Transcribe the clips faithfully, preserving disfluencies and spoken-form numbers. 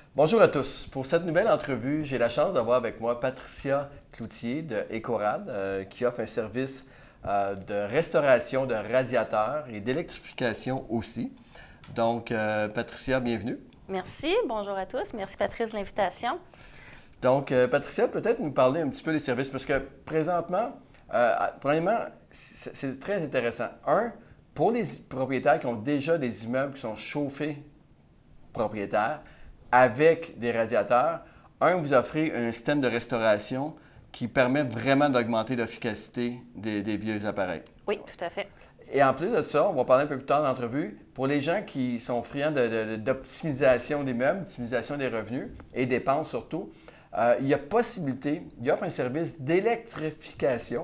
Bonjour à tous. Pour cette nouvelle entrevue, j'ai la chance d'avoir avec moi Patricia Cloutier de Ecorad, euh, qui offre un service euh, de restauration de radiateurs et d'électrification aussi. Donc, euh, Patricia, bienvenue. Merci. Bonjour à tous. Merci Patrice de l'invitation. Donc, euh, Patricia, peut-être nous parler un petit peu des services, parce que présentement, euh, premièrement, c'est, c'est très intéressant. Un, pour les propriétaires qui ont déjà des immeubles qui sont chauffés propriétaires, avec des radiateurs, un, vous offrez un système de restauration qui permet vraiment d'augmenter l'efficacité des, des vieux appareils. Oui, tout à fait. Et en plus de ça, on va parler un peu plus tard dans l'entrevue, pour les gens qui sont friands de, de, d'optimisation des meubles, d'optimisation des revenus et dépenses surtout, euh, il y a possibilité, il offre un service d'électrification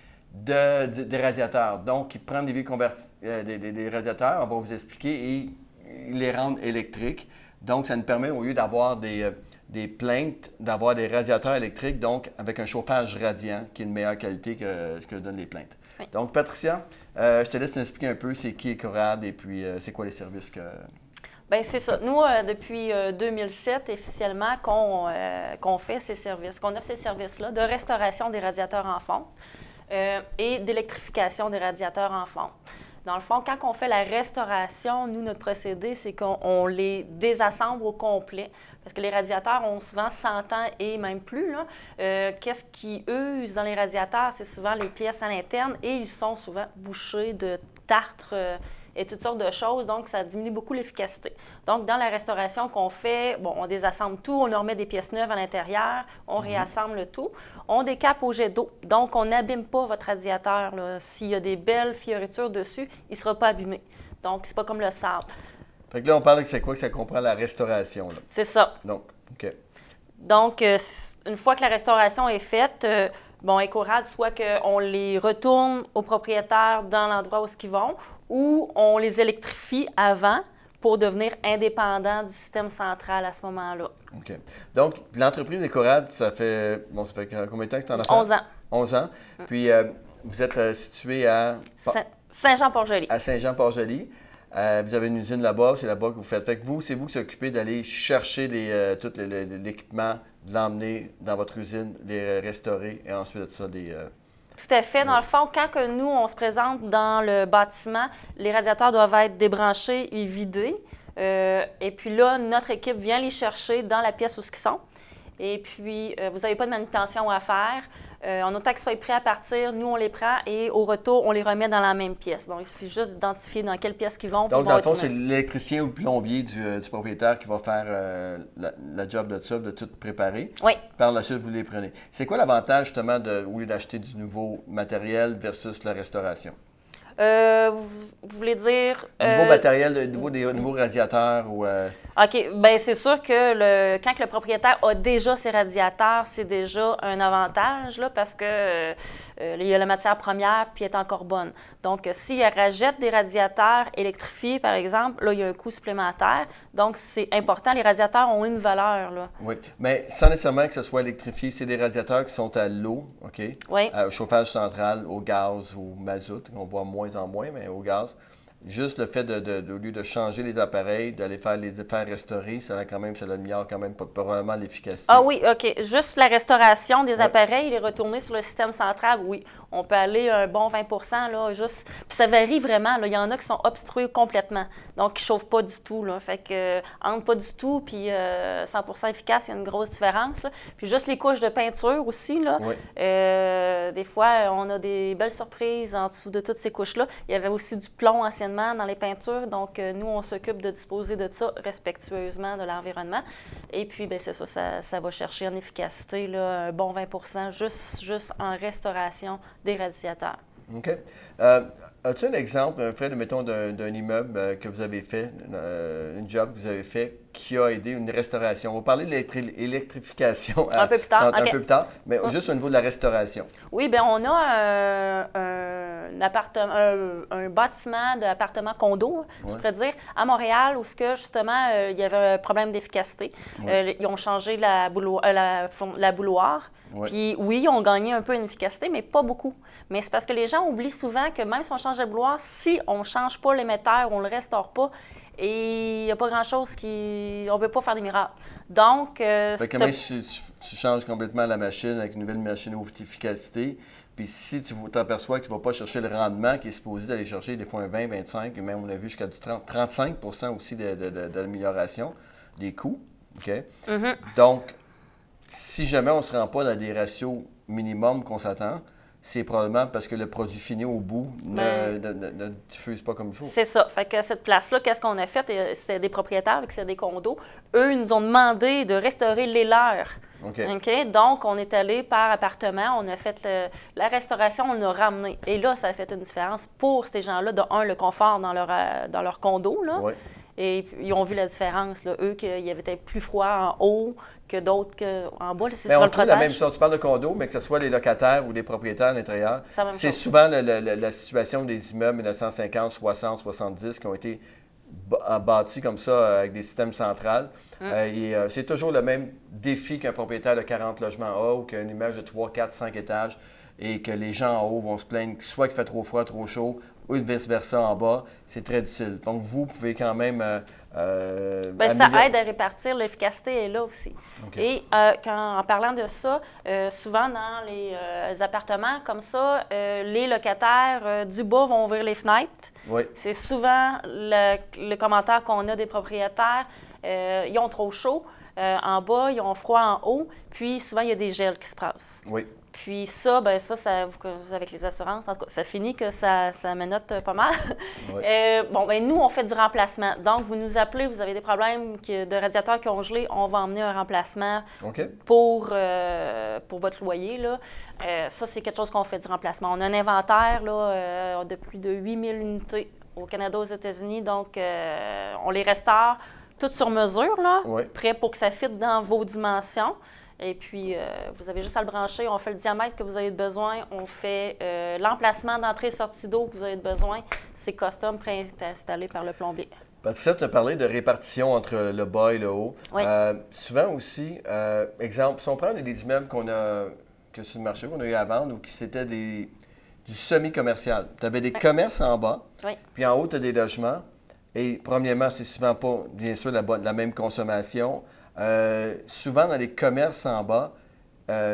de, de, des radiateurs. Donc, ils prennent des vieux convertis, euh, des, des, des radiateurs, on va vous expliquer, et ils les rendent électriques. Donc, ça nous permet, au lieu d'avoir des, euh, des plaintes, d'avoir des radiateurs électriques, donc avec un chauffage radiant qui est de meilleure qualité que ce que donnent les plaintes. Oui. Donc, Patricia, euh, je te laisse nous expliquer un peu c'est qui Ecorad et puis euh, c'est quoi les services que... Bien, c'est ça. Nous, euh, depuis euh, deux mille sept, officiellement, qu'on euh, qu'on fait ces services, qu'on offre ces services-là de restauration des radiateurs en fonte euh, et d'électrification des radiateurs en fonte. Dans le fond, quand on fait la restauration, nous, notre procédé, c'est qu'on on les désassemble au complet. Parce que les radiateurs ont souvent cent ans et même plus. Là. Euh, qu'est-ce qui use dans les radiateurs? C'est souvent les pièces à l'interne et ils sont souvent bouchés de tartre euh, et toutes sortes de choses. Donc, ça diminue beaucoup l'efficacité. Donc, dans la restauration qu'on fait, bon, on désassemble tout, on leur met des pièces neuves à l'intérieur, on mm-hmm. réassemble le tout. On décape au jet d'eau. Donc, on n'abîme pas votre radiateur. Là. S'il y a des belles fioritures dessus, il ne sera pas abîmé. Donc, c'est pas comme le sable. Fait que là, on parle que c'est quoi que ça comprend la restauration? Là. C'est ça. Donc, OK. Donc, euh, une fois que la restauration est faite, euh, bon, Ecorad, soit qu'on les retourne aux propriétaires dans l'endroit où ils vont, ou on les électrifie avant pour devenir indépendants du système central à ce moment-là. OK. Donc, l'entreprise Ecorad, ça fait, bon, ça fait combien de temps que tu en as fait? onze ans. onze ans. Mm. Puis, euh, vous êtes euh, situé à... Saint- Saint-Jean-Port-Joli. À Saint-Jean-Port-Joli. Euh, vous avez une usine là-bas, c'est là-bas que vous faites. Fait que vous, c'est vous qui s'occupez d'aller chercher les, euh, tout les, les, l'équipement, de l'emmener dans votre usine, les restaurer et ensuite de ça, des... Euh... Tout à fait. Dans le fond, quand que nous, on se présente dans le bâtiment, les radiateurs doivent être débranchés et vidés. Euh, et puis là, notre équipe vient les chercher dans la pièce où ils sont. Et puis, euh, vous n'avez pas de manutention à faire. Euh, en autant qu'ils soient prêts à partir, nous, on les prend et au retour, on les remet dans la même pièce. Donc, il suffit juste d'identifier dans quelle pièce ils vont. Donc, dans le fond, c'est l'électricien ou le plombier du, euh, du propriétaire qui va faire euh, la, la job de ça, de tout préparer. Oui. Par la suite, vous les prenez. C'est quoi l'avantage, justement, de, au lieu d'acheter du nouveau matériel versus la restauration? Euh, vous, vous voulez dire... Nouveau euh, matériel, de nouveau, des nouveaux radiateurs ou... Euh... OK. Bien, c'est sûr que le, quand que le propriétaire a déjà ses radiateurs, c'est déjà un avantage, là, parce que euh, il y a la matière première puis elle est encore bonne. Donc, euh, s'il rachète des radiateurs électrifiés, par exemple, là, il y a un coût supplémentaire. Donc, c'est important. Les radiateurs ont une valeur, là. Oui, mais sans nécessairement que ce soit électrifié, c'est des radiateurs qui sont à l'eau, OK? Oui. Euh, au chauffage central, au gaz ou au mazout, on voit moins en moins, mais au gaz. Juste le fait de, de, de, au lieu de changer les appareils, d'aller faire les faire restaurer, ça a quand même, ça améliore quand même pas probablement l'efficacité. Ah oui, OK. Juste la restauration des ouais. appareils, les retourner sur le système central, oui. On peut aller un bon vingt pour cent, là, juste. Puis ça varie vraiment, là. Il y en a qui sont obstrués complètement, donc qui ne chauffent pas du tout, là. Fait que, euh, entre pas du tout, puis euh, cent pour cent efficace, il y a une grosse différence, là. Puis juste les couches de peinture aussi, là. Oui. Euh, des fois, on a des belles surprises en dessous de toutes ces couches-là. Il y avait aussi du plomb anciennement dans les peintures, donc euh, nous, on s'occupe de disposer de ça respectueusement de l'environnement. Et puis, bien, c'est ça, ça, ça va chercher en efficacité, là, un bon vingt pour cent juste, juste en restauration des radiateurs. OK. Euh, as-tu un exemple, Fred, mettons, d'un, d'un immeuble euh, que vous avez fait, euh, une job que vous avez fait qui a aidé une restauration? On va parler de l'électrification un peu plus tard. Un, okay. un peu plus tard, mais hum. juste au niveau de la restauration. Oui, bien, on a euh, un, appartement, un, un bâtiment d'appartement condo, ouais. je pourrais dire, à Montréal, où que, justement, euh, il y avait un problème d'efficacité. Ouais. Euh, ils ont changé la, bouloir, euh, la, la bouloire. Ouais. Puis oui, ils ont gagné un peu en efficacité, mais pas beaucoup. Mais c'est parce que les gens oublient souvent que même si on change de bouloir, si on ne change pas l'émetteur, on ne le restaure pas, Et il n'y a pas grand-chose qui... On ne peut pas faire des miracles. Donc... Euh, fait que même si tu, tu changes complètement la machine avec une nouvelle machine haute efficacité, puis si tu t'aperçois que tu ne vas pas chercher le rendement qui est supposé d'aller chercher des fois un vingt, vingt-cinq, et même on a vu jusqu'à du trente, trente-cinq pour cent aussi de, de, de, de l'amélioration des coûts. OK? Mm-hmm. Donc, si jamais on ne se rend pas dans des ratios minimum qu'on s'attend, c'est probablement parce que le produit fini au bout ne, ne, ne, ne diffuse pas comme il faut. C'est ça. Fait que cette place-là, qu'est-ce qu'on a fait? C'était des propriétaires, c'est des condos. Eux, ils nous ont demandé de restaurer les leurs. OK. Okay? Donc, on est allé par appartement, on a fait le, la restauration, on l'a ramené. Et là, ça a fait une différence pour ces gens-là. De un, le confort dans leur, dans leur condo, là. Oui. Et ils ont vu la différence, là. Eux, qu'il y avait peut-être plus froid en haut que d'autres qu'en bas. Là, c'est mais sur on le trouve la protège. même chose. Tu parles de condo, mais que ce soit les locataires ou les propriétaires à l'intérieur, C'est la même c'est chose. souvent le, le, le, la situation des immeubles mille neuf cent cinquante, soixante, soixante-dix qui ont été bâtis comme ça avec des systèmes centrales. Mm. Euh, et euh, c'est toujours le même défi qu'un propriétaire de quarante logements a ou qu'un immeuble de trois, quatre, cinq étages et que les gens en haut vont se plaindre soit qu'il fait trop froid, trop chaud ou vice-versa en bas. C'est très difficile. Donc, vous pouvez quand même... Euh, Euh, Bien, ça aide à répartir, l'efficacité est là aussi. Okay. Et euh, quand, en parlant de ça, euh, souvent dans les, euh, les appartements comme ça, euh, les locataires euh, du bas vont ouvrir les fenêtres. Oui. C'est souvent le, le commentaire qu'on a des propriétaires, euh, ils ont trop chaud euh, en bas, ils ont froid en haut, puis souvent il y a des gels qui se passent. Oui. Puis ça, bien ça, ça, avec les assurances, en tout cas, ça finit que ça, ça menotte pas mal. Oui. euh, bon, bien nous, on fait du remplacement. Donc, vous nous appelez, vous avez des problèmes qui, de radiateurs qui ont gelé, on va emmener un remplacement okay. pour, euh, pour votre loyer. Là. Euh, ça, c'est quelque chose qu'on fait du remplacement. On a un inventaire là, euh, de plus de huit mille unités au Canada, aux États-Unis. Donc, euh, on les restaure toutes sur mesure, là, oui. prêts pour que ça fitte dans vos dimensions. Et puis, euh, vous avez juste à le brancher. On fait le diamètre que vous avez besoin. On fait euh, l'emplacement d'entrée et sortie d'eau que vous avez besoin. C'est custom, préinstallé par le plombier. Patricia, tu as parlé de répartition entre le bas et le haut. Oui. Euh, souvent aussi, euh, exemple, si on prend des immeubles qu'on a, que sur le marché qu'on a eu à vendre ou qui c'était des, du semi-commercial. Tu avais des oui. commerces en bas, oui. puis en haut, tu as des logements. Et premièrement, c'est souvent pas, bien sûr, la, la même consommation. Euh, souvent, dans les commerces en bas, euh,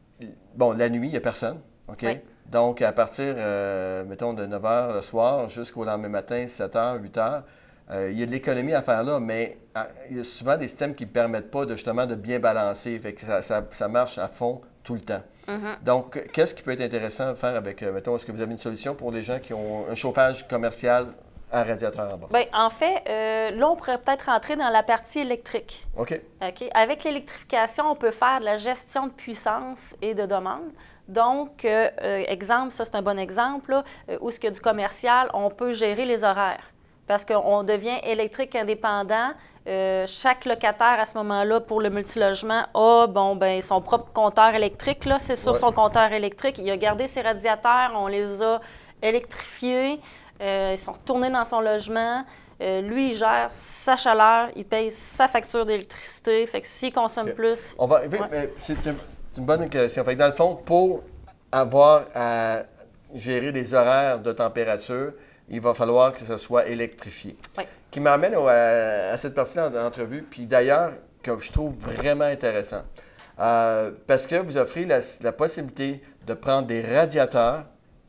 bon, la nuit, il n'y a personne, OK? Oui. Donc, à partir, euh, mettons, de neuf heures le soir jusqu'au lendemain matin, sept heures, huit heures, euh, il y a de l'économie à faire là, mais euh, il y a souvent des systèmes qui ne permettent pas de, justement de bien balancer, fait que ça, ça, ça marche à fond tout le temps. Mm-hmm. Donc, qu'est-ce qui peut être intéressant à faire avec, euh, mettons, est-ce que vous avez une solution pour les gens qui ont un chauffage commercial à radiateur en bas? Bien, en fait, euh, là, on pourrait peut-être rentrer dans la partie électrique. OK. OK. Avec l'électrification, on peut faire de la gestion de puissance et de demande. Donc, euh, euh, exemple, ça, c'est un bon exemple, là, euh, où ce qu'il y a du commercial, on peut gérer les horaires. Parce qu'on devient électrique indépendant. Euh, chaque locataire, à ce moment-là, pour le multilogement, a bon, ben, son propre compteur électrique. Là, c'est sur ouais. son compteur électrique. Il a gardé ses radiateurs, on les a électrifiés. Euh, ils sont retournés dans son logement. Euh, lui, il gère sa chaleur, il paye sa facture d'électricité. Fait que s'il consomme okay. plus... On va, ouais. C'est une, une bonne question. Fait que dans le fond, pour avoir à gérer des horaires de température, il va falloir que ce soit électrifié. Oui. Qui m'amène à, à cette partie-là de l'entrevue, puis d'ailleurs, que je trouve vraiment intéressant. Euh, parce que vous offrez la, la possibilité de prendre des radiateurs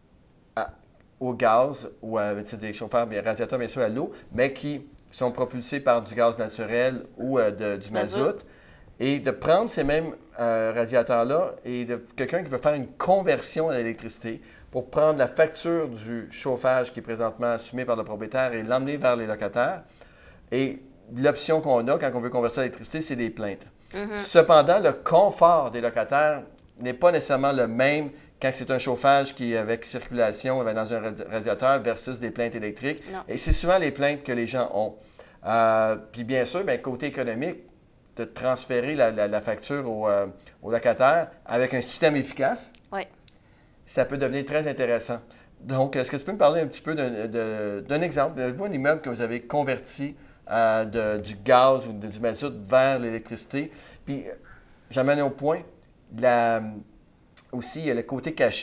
à, au gaz, ou à, des chauffeurs, bien, radiateurs bien sûr à l'eau, mais qui sont propulsés par du gaz naturel ou euh, de, du mazout. mazout. Et de prendre ces mêmes euh, radiateurs-là et de quelqu'un qui veut faire une conversion à l'électricité pour prendre la facture du chauffage qui est présentement assumé par le propriétaire et l'emmener vers les locataires. Et l'option qu'on a quand on veut convertir à l'électricité, c'est des plaintes. Mm-hmm. Cependant, le confort des locataires n'est pas nécessairement le même quand c'est un chauffage qui est avec circulation dans un radiateur versus des plaintes électriques. Non. Et c'est souvent les plaintes que les gens ont. Euh, puis bien sûr, bien, côté économique, de transférer la, la, la facture au, euh, au locataire avec un système efficace, oui. ça peut devenir très intéressant. Donc, est-ce que tu peux me parler un petit peu d'un, de, d'un exemple? Avez-vous un immeuble que vous avez converti euh, de, du gaz ou de, du mazout vers l'électricité? Puis, j'amène au point, la, aussi, il y a le côté cachet.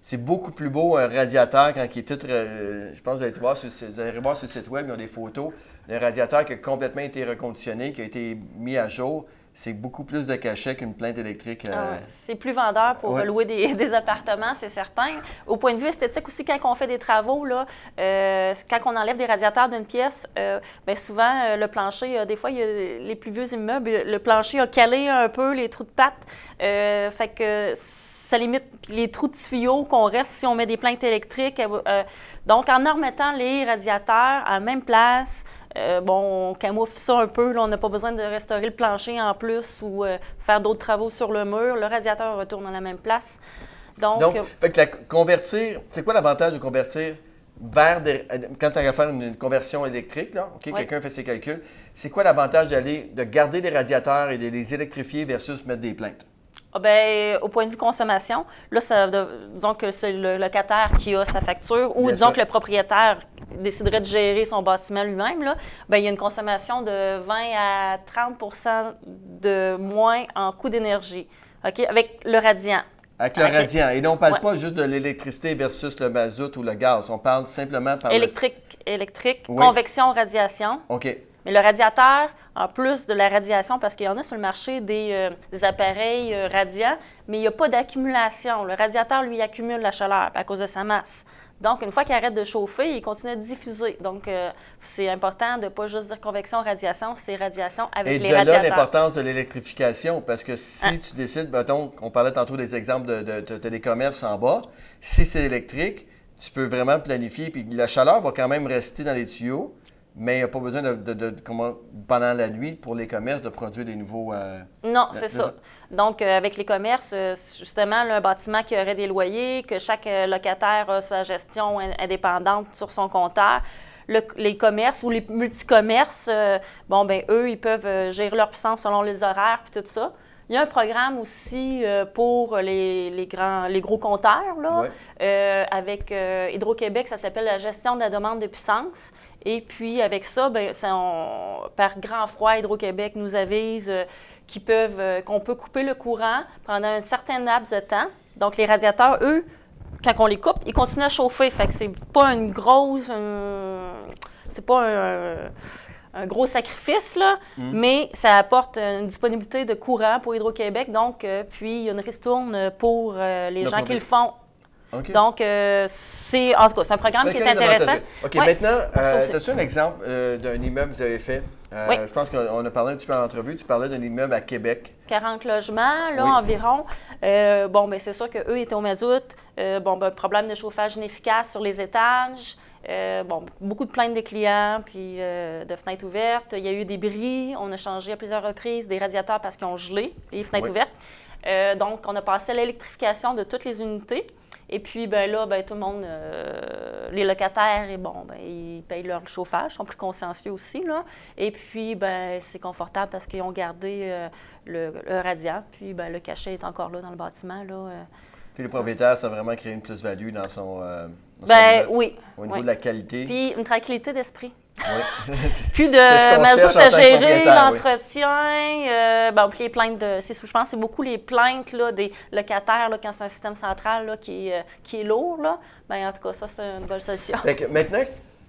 C'est beaucoup plus beau un radiateur quand il est tout... Euh, je pense que vous allez, voir sur, vous allez voir sur le site web, ils ont des photos. Le radiateur qui a complètement été reconditionné, qui a été mis à jour, c'est beaucoup plus de cachet qu'une plainte électrique. Euh... Ah ouais. C'est plus vendeur pour ouais. louer des, des appartements, c'est certain. Au point de vue esthétique aussi, quand on fait des travaux, là, euh, quand on enlève des radiateurs d'une pièce, euh, bien souvent, euh, le plancher, euh, des fois, il y a les plus vieux immeubles, le plancher a calé un peu les trous de patte. Euh, fait que ça limite les trous de tuyaux qu'on reste si on met des plaintes électriques. Euh, donc, en en remettant les radiateurs à la même place, Euh, bon, on camoufle ça un peu. Là, on n'a pas besoin de restaurer le plancher en plus ou euh, faire d'autres travaux sur le mur. Le radiateur retourne à la même place. Donc, Donc euh, fait que la, convertir, c'est quoi l'avantage de convertir vers des... Quand tu as à faire une, une conversion électrique, là, OK, oui. quelqu'un fait ses calculs, c'est quoi l'avantage d'aller, de garder les radiateurs et de les électrifier versus mettre des plaintes? Ah ben, au point de vue consommation, là, ça, disons que c'est le locataire qui a sa facture ou Bien disons sûr. que le propriétaire déciderait de gérer son bâtiment lui-même, là, bien, il y a une consommation de vingt à trente pour cent de moins en coût d'énergie, OK, avec le radiant. Avec le avec radiant. Et là, on ne parle ouais. pas juste de l'électricité versus le mazout ou le gaz. On parle simplement par Électrique, le... électrique, oui. convection, radiation. OK. Mais le radiateur, en plus de la radiation, parce qu'il y en a sur le marché des, euh, des appareils euh, radiants, mais il n'y a pas d'accumulation. Le radiateur, lui, accumule la chaleur à cause de sa masse. Donc, une fois qu'il arrête de chauffer, il continue à diffuser. Donc, euh, c'est important de ne pas juste dire convection, radiation, c'est radiation avec Et les de radiateurs. Et de là, l'importance de l'électrification, parce que si hein? tu décides, mettons, on parlait tantôt des exemples de, de, de télécommerce en bas, si c'est électrique, tu peux vraiment planifier, puis la chaleur va quand même rester dans les tuyaux, mais il n'y a pas besoin de, de, de, de comment, pendant la nuit pour les commerces de produire des nouveaux... Euh, non, c'est ça. ça. Donc, euh, avec les commerces, euh, justement, là, un bâtiment qui aurait des loyers, que chaque euh, locataire a sa gestion indépendante sur son compteur. Le, les commerces ou les multicommerces, euh, bon, ben eux, ils peuvent euh, gérer leur puissance selon les horaires puis tout ça. Il y a un programme aussi euh, pour les, les, grands, les gros compteurs, là, ouais. euh, avec euh, Hydro-Québec, ça s'appelle la gestion de la demande de puissance. Et puis, avec ça, bien, ça on, par grand froid, Hydro-Québec nous avise euh, qu'ils peuvent, euh, qu'on peut couper le courant pendant un certain laps de temps. Donc, les radiateurs, eux, quand on les coupe, ils continuent à chauffer. Fait que c'est pas une grosse... Un, c'est pas un... un gros sacrifice, là, mmh. mais ça apporte une disponibilité de courant pour Hydro-Québec. Donc, euh, puis, il y a une ristourne pour euh, les le gens problème. qui le font. Okay. Donc, euh, c'est, en tout cas, c'est un programme qui est intéressant. OK, ouais. Maintenant, euh, as-tu un exemple euh, d'un immeuble que vous avez fait? Euh, oui. Je pense qu'on a parlé un petit peu en entrevue. Tu parlais d'un immeuble à Québec. quarante logements, là, oui. environ. Euh, bon, bien, c'est sûr qu'eux étaient au mazout. Euh, bon, ben, problème de chauffage inefficace sur les étages. Euh, bon, beaucoup de plaintes des clients, puis euh, de fenêtres ouvertes. Il y a eu des bris. On a changé à plusieurs reprises des radiateurs parce qu'ils ont gelé, les fenêtres oui. ouvertes. Euh, donc, on a passé à l'électrification de toutes les unités. Et puis, ben là, ben, tout le monde, euh, les locataires, et bon, ben, ils payent leur chauffage, sont plus consciencieux aussi, là. Et puis, ben, c'est confortable parce qu'ils ont gardé euh, le, le radiant. Puis, ben, le cachet est encore là dans le bâtiment, là. Euh. Puis, le propriétaire, ça a vraiment créé une plus-value dans son... Euh, dans ben son oui. Au niveau oui. de la qualité. Puis, une tranquillité d'esprit. Oui. Plus de mazout à gérer, l'entretien. Oui. Euh, bon, puis les plaintes de. Je pense que c'est beaucoup les plaintes là, des locataires là, quand c'est un système central là, qui, est, qui est lourd. Là. Bien, en tout cas, ça, c'est une bonne solution. Fait que maintenant,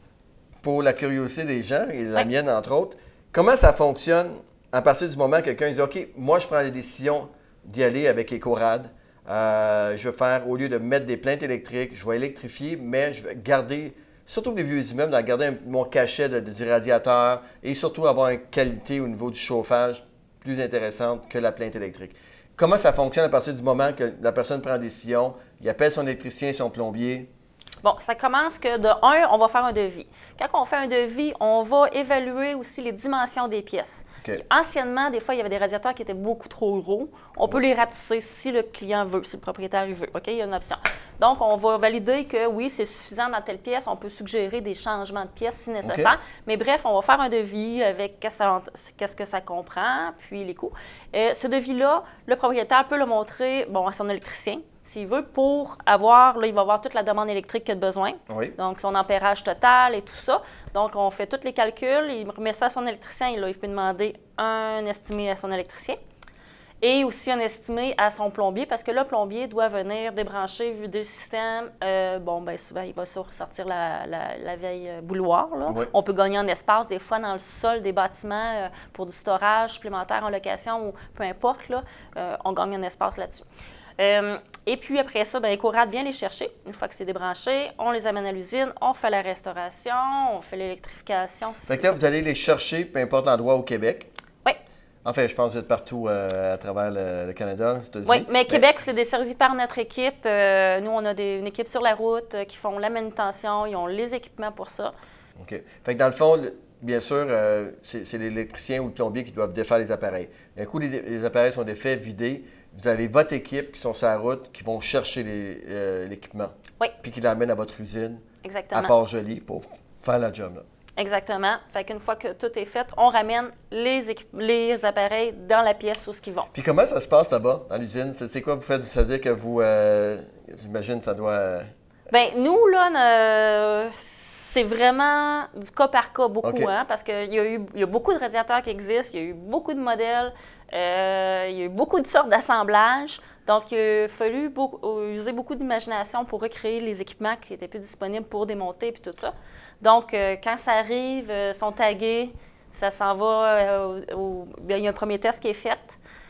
pour la curiosité des gens, et la oui. mienne entre autres, comment ça fonctionne à partir du moment que quelqu'un dit OK, moi, je prends la décision d'y aller avec EcoRad. Euh, je vais faire, au lieu de mettre des plaintes électriques, je vais électrifier, mais je vais garder. Surtout les vieux immeubles, de garder un, mon cachet de, de, du radiateur et surtout avoir une qualité au niveau du chauffage plus intéressante que la plainte électrique. Comment ça fonctionne à partir du moment que la personne prend la décision, il appelle son électricien, son plombier? Bon, ça commence que de un, on va faire un devis. Quand on fait un devis, on va évaluer aussi les dimensions des pièces. Okay. Anciennement, des fois, il y avait des radiateurs qui étaient beaucoup trop gros. On oui. peut les rapetisser si le client veut, si le propriétaire veut. OK? Il y a une option. Donc, on va valider que oui, c'est suffisant dans telle pièce. On peut suggérer des changements de pièces si nécessaire. Okay. Mais bref, on va faire un devis avec qu'est-ce que ça comprend, puis les coûts. Euh, ce devis-là, le propriétaire peut le montrer bon, à son électricien. S'il veut, pour avoir, là, il va avoir toute la demande électrique qu'il a besoin. Oui. Donc, son ampérage total et tout ça. Donc, on fait tous les calculs, il remet ça à son électricien et là, il peut demander un estimé à son électricien. Et aussi un estimé à son plombier, parce que le plombier doit venir débrancher, vider le système. Euh, bon, bien souvent, il va sortir la, la, la vieille bouilloire. Là. Oui. On peut gagner en espace, des fois, dans le sol des bâtiments euh, pour du storage supplémentaire en location ou peu importe. Là, euh, on gagne un espace là-dessus. Euh, et puis après ça, bien, EcoRad vient les chercher. Une fois que c'est débranché, on les amène à l'usine, on fait la restauration, on fait l'électrification. Fait que là, vous allez les chercher, peu importe l'endroit au Québec. Oui. Enfin, je pense que vous êtes partout euh, à travers le, le Canada, les États-Unis. Oui, mais Québec, c'est desservi par notre équipe. Euh, nous, on a des, une équipe sur la route euh, qui font la manutention, ils ont les équipements pour ça. OK. Fait que dans le fond, le, bien sûr, euh, c'est, c'est l'électricien ou le plombier qui doivent défaire les appareils. Un coup, les, les appareils sont défaits, vidés, vous avez votre équipe qui sont sur la route, qui vont chercher les, euh, l'équipement. Oui. Puis qui l'amènent à votre usine, Exactement. à Port-Joli, pour faire la job. Là. Exactement. Fait qu'une fois que tout est fait, on ramène les, équip- les appareils dans la pièce où ce qu'ils vont. Puis comment ça se passe là-bas, dans l'usine? C'est, c'est quoi vous faites? C'est-à-dire que vous, euh, j'imagine, ça doit... Euh... Bien, nous, là, euh, c'est vraiment du cas par cas, beaucoup, Okay. hein, parce qu'il y a eu il y a beaucoup de radiateurs qui existent, il y a eu beaucoup de modèles, euh, il y a eu beaucoup de sortes d'assemblages. Donc, il a fallu beaucoup, user beaucoup d'imagination pour recréer les équipements qui n'étaient plus disponibles pour démonter puis tout ça. Donc, euh, quand ça arrive, euh, sont tagués, ça s'en va, euh, au, au, bien, il y a un premier test qui est fait.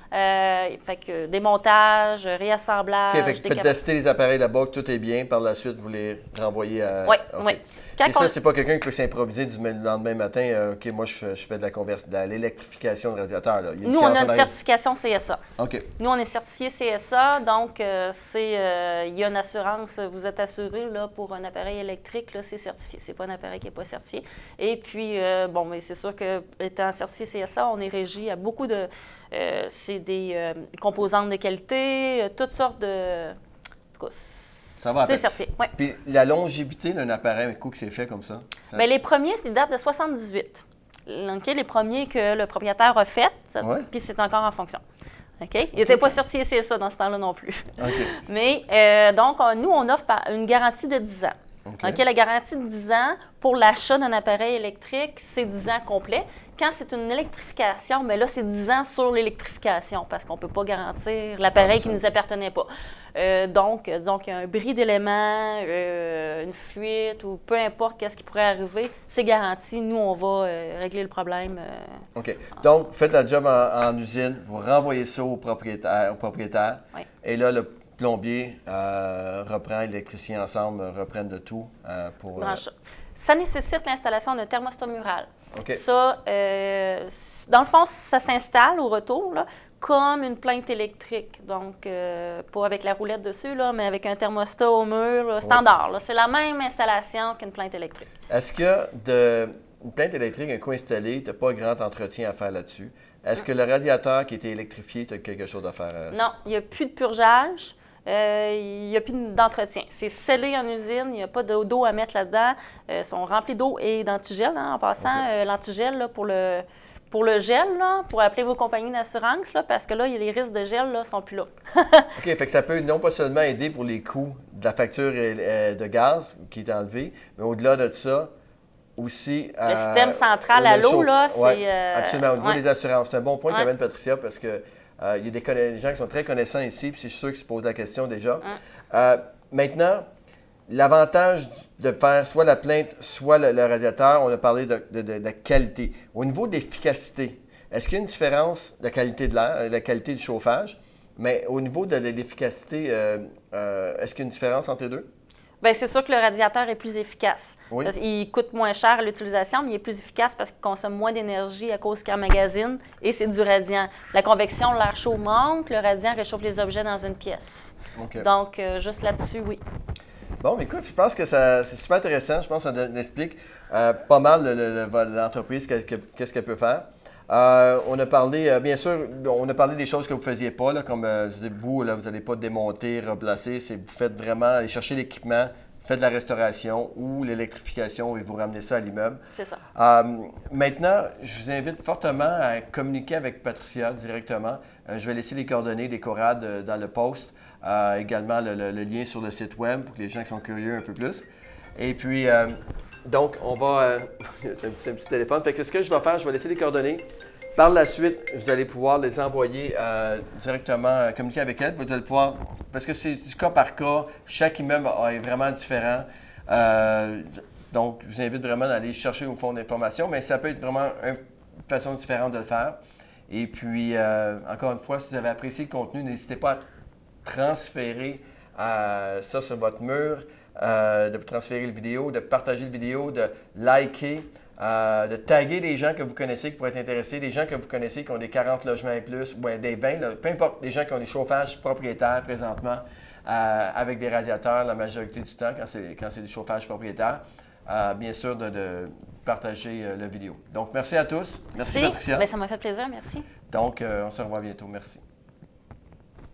Euh, fait que démontage, réassemblage. OK, fait que vous faites décap- tester les appareils là-bas, que tout est bien. Par la suite, vous les renvoyez à... Oui, OK. oui. Quand Et ça, on- c'est pas quelqu'un qui peut s'improviser du lendemain matin. euh, OK, moi, je fais, je fais de, la convers- de la- l'électrification de radiateur. Là. Il y a une Nous, on science a en une arrière. certification C S A. OK. Nous, on est certifié C S A, donc euh, c'est, euh, il y a une assurance. Vous êtes assuré là, pour un appareil électrique, là, c'est certifié. C'est pas un appareil qui n'est pas certifié. Et puis, euh, bon, mais c'est sûr que étant certifié C S A, on est régi à beaucoup de... Euh, c'est des euh, composantes de qualité, euh, toutes sortes de... En tout cas, Ça va à c'est peine. certifié, oui. Puis la longévité d'un appareil, un coup que c'est fait comme ça? ça Bien, les premiers, c'est datent de soixante-dix-huit. OK, les premiers que le propriétaire a fait, ça- Ouais. puis c'est encore en fonction. OK? Il n'était pas certifié C S A dans ce temps-là non plus. OK. Mais euh, donc, on- nous, on offre par- une garantie de dix ans. OK. OK, la garantie de dix ans pour l'achat d'un appareil électrique, c'est dix ans complet. Quand c'est une électrification, bien là, c'est dix ans sur l'électrification parce qu'on ne peut pas garantir l'appareil qui ne nous appartenait pas. Euh, donc, donc, il y a un bris d'éléments, euh, une fuite ou peu importe qu'est-ce qui pourrait arriver, c'est garanti. Nous, on va euh, régler le problème. euh. OK. Donc, vous faites la job en, en usine, vous renvoyez ça au propriétaire. Au propriétaire Oui. Et là, le plombier euh, reprend, l'électricien ensemble reprennent de tout euh, pour... euh, Branche ça. Ça nécessite l'installation d'un thermostat mural. OK. Ça, euh, c- dans le fond, ça s'installe au retour, là, comme une plainte électrique. Donc, euh, pas avec la roulette dessus, là, mais avec un thermostat au mur, là, standard. Là. C'est la même installation qu'une plainte électrique. Est-ce que de, une plainte électrique, un coup installé, tu n'as pas grand entretien à faire là-dessus? Est-ce que le radiateur qui était électrifié, tu as quelque chose à faire? euh, Non, il n'y a plus de purgeage. Euh, il n'y a plus d'entretien. C'est scellé en usine, il n'y a pas d'eau d'eau à mettre là-dedans. Euh, ils sont remplis d'eau et d'antigel, hein, en passant. OK. Euh, l'antigel, là, pour le, pour le gel, là, pour appeler vos compagnies d'assurance, là, parce que là, il y a les risques de gel ne sont plus là. OK, fait que ça peut non pas seulement aider pour les coûts de la facture euh, de gaz qui est enlevée, mais au-delà de ça, aussi... Le système central à l'eau, là, c'est, Oui, euh, absolument. Au niveau ouais. des assurances, c'est un bon point Ouais. qu'amène Patricia parce que euh, il y a des, conna- des gens qui sont très connaissants ici, puis c'est sûr qu'ils se posent la question déjà. Euh, maintenant, l'avantage de faire soit la plainte, soit le, le radiateur, on a parlé de, de- de- de la qualité. Au niveau de l'efficacité, est-ce qu'il y a une différence de la qualité de l'air, de la qualité du chauffage? Mais au niveau de l'efficacité, euh, euh, est-ce qu'il y a une différence entre les deux? Bien, c'est sûr que le radiateur est plus efficace. Oui. Parce qu'il coûte moins cher à l'utilisation, mais il est plus efficace parce qu'il consomme moins d'énergie à cause qu'il emmagasine et c'est du radiant. La convection, l'air chaud monte, le radiant réchauffe les objets dans une pièce. OK. Donc, euh, juste là-dessus, oui. Bon, écoute, je pense que ça, c'est super intéressant. Je pense que ça explique euh, pas mal le- le- le- l'entreprise, qu'est-ce que- qu'est-ce qu'elle peut faire. Euh, on a parlé, euh, bien sûr, on a parlé des choses que vous ne faisiez pas, là, comme euh, je dis, vous, là, vous n'allez pas démonter, replacer, c'est, vous faites vraiment aller chercher l'équipement, faites de la restauration ou l'électrification et vous ramenez ça à l'immeuble. C'est ça. Euh, maintenant, je vous invite fortement à communiquer avec Patricia directement. Euh, je vais laisser les coordonnées des CORAD euh, dans le post, euh, également le, le- le lien sur le site web pour que les gens qui sont curieux un peu plus. Et puis, euh, donc, on va... euh, c'est, un, c'est un petit téléphone. Fait que ce que je vais faire, je vais laisser les coordonnées. Par la suite, vous allez pouvoir les envoyer euh, directement, euh, communiquer avec elles. Vous allez pouvoir, parce que c'est du cas par cas, chaque immeuble est vraiment différent. Euh, donc, je vous invite vraiment d'aller chercher au fond d'informations, mais ça peut être vraiment une façon différente de le faire. Et puis, euh, encore une fois, si vous avez apprécié le contenu, n'hésitez pas à transférer euh, ça sur votre mur, euh, de transférer la vidéo, de partager la vidéo, de liker. Euh, de taguer des gens que vous connaissez qui pourraient être intéressés, des gens que vous connaissez qui ont des quarante logements et plus, ou des vingt, là, peu importe, des gens qui ont des chauffages propriétaires présentement euh, avec des radiateurs la majorité du temps quand c'est, quand c'est des chauffages propriétaires. Euh, bien sûr, de, de partager euh, la vidéo. Donc, merci à tous. Merci, merci. Patricia. Bien, ça m'a fait plaisir, merci. Donc, euh, on se revoit bientôt. Merci.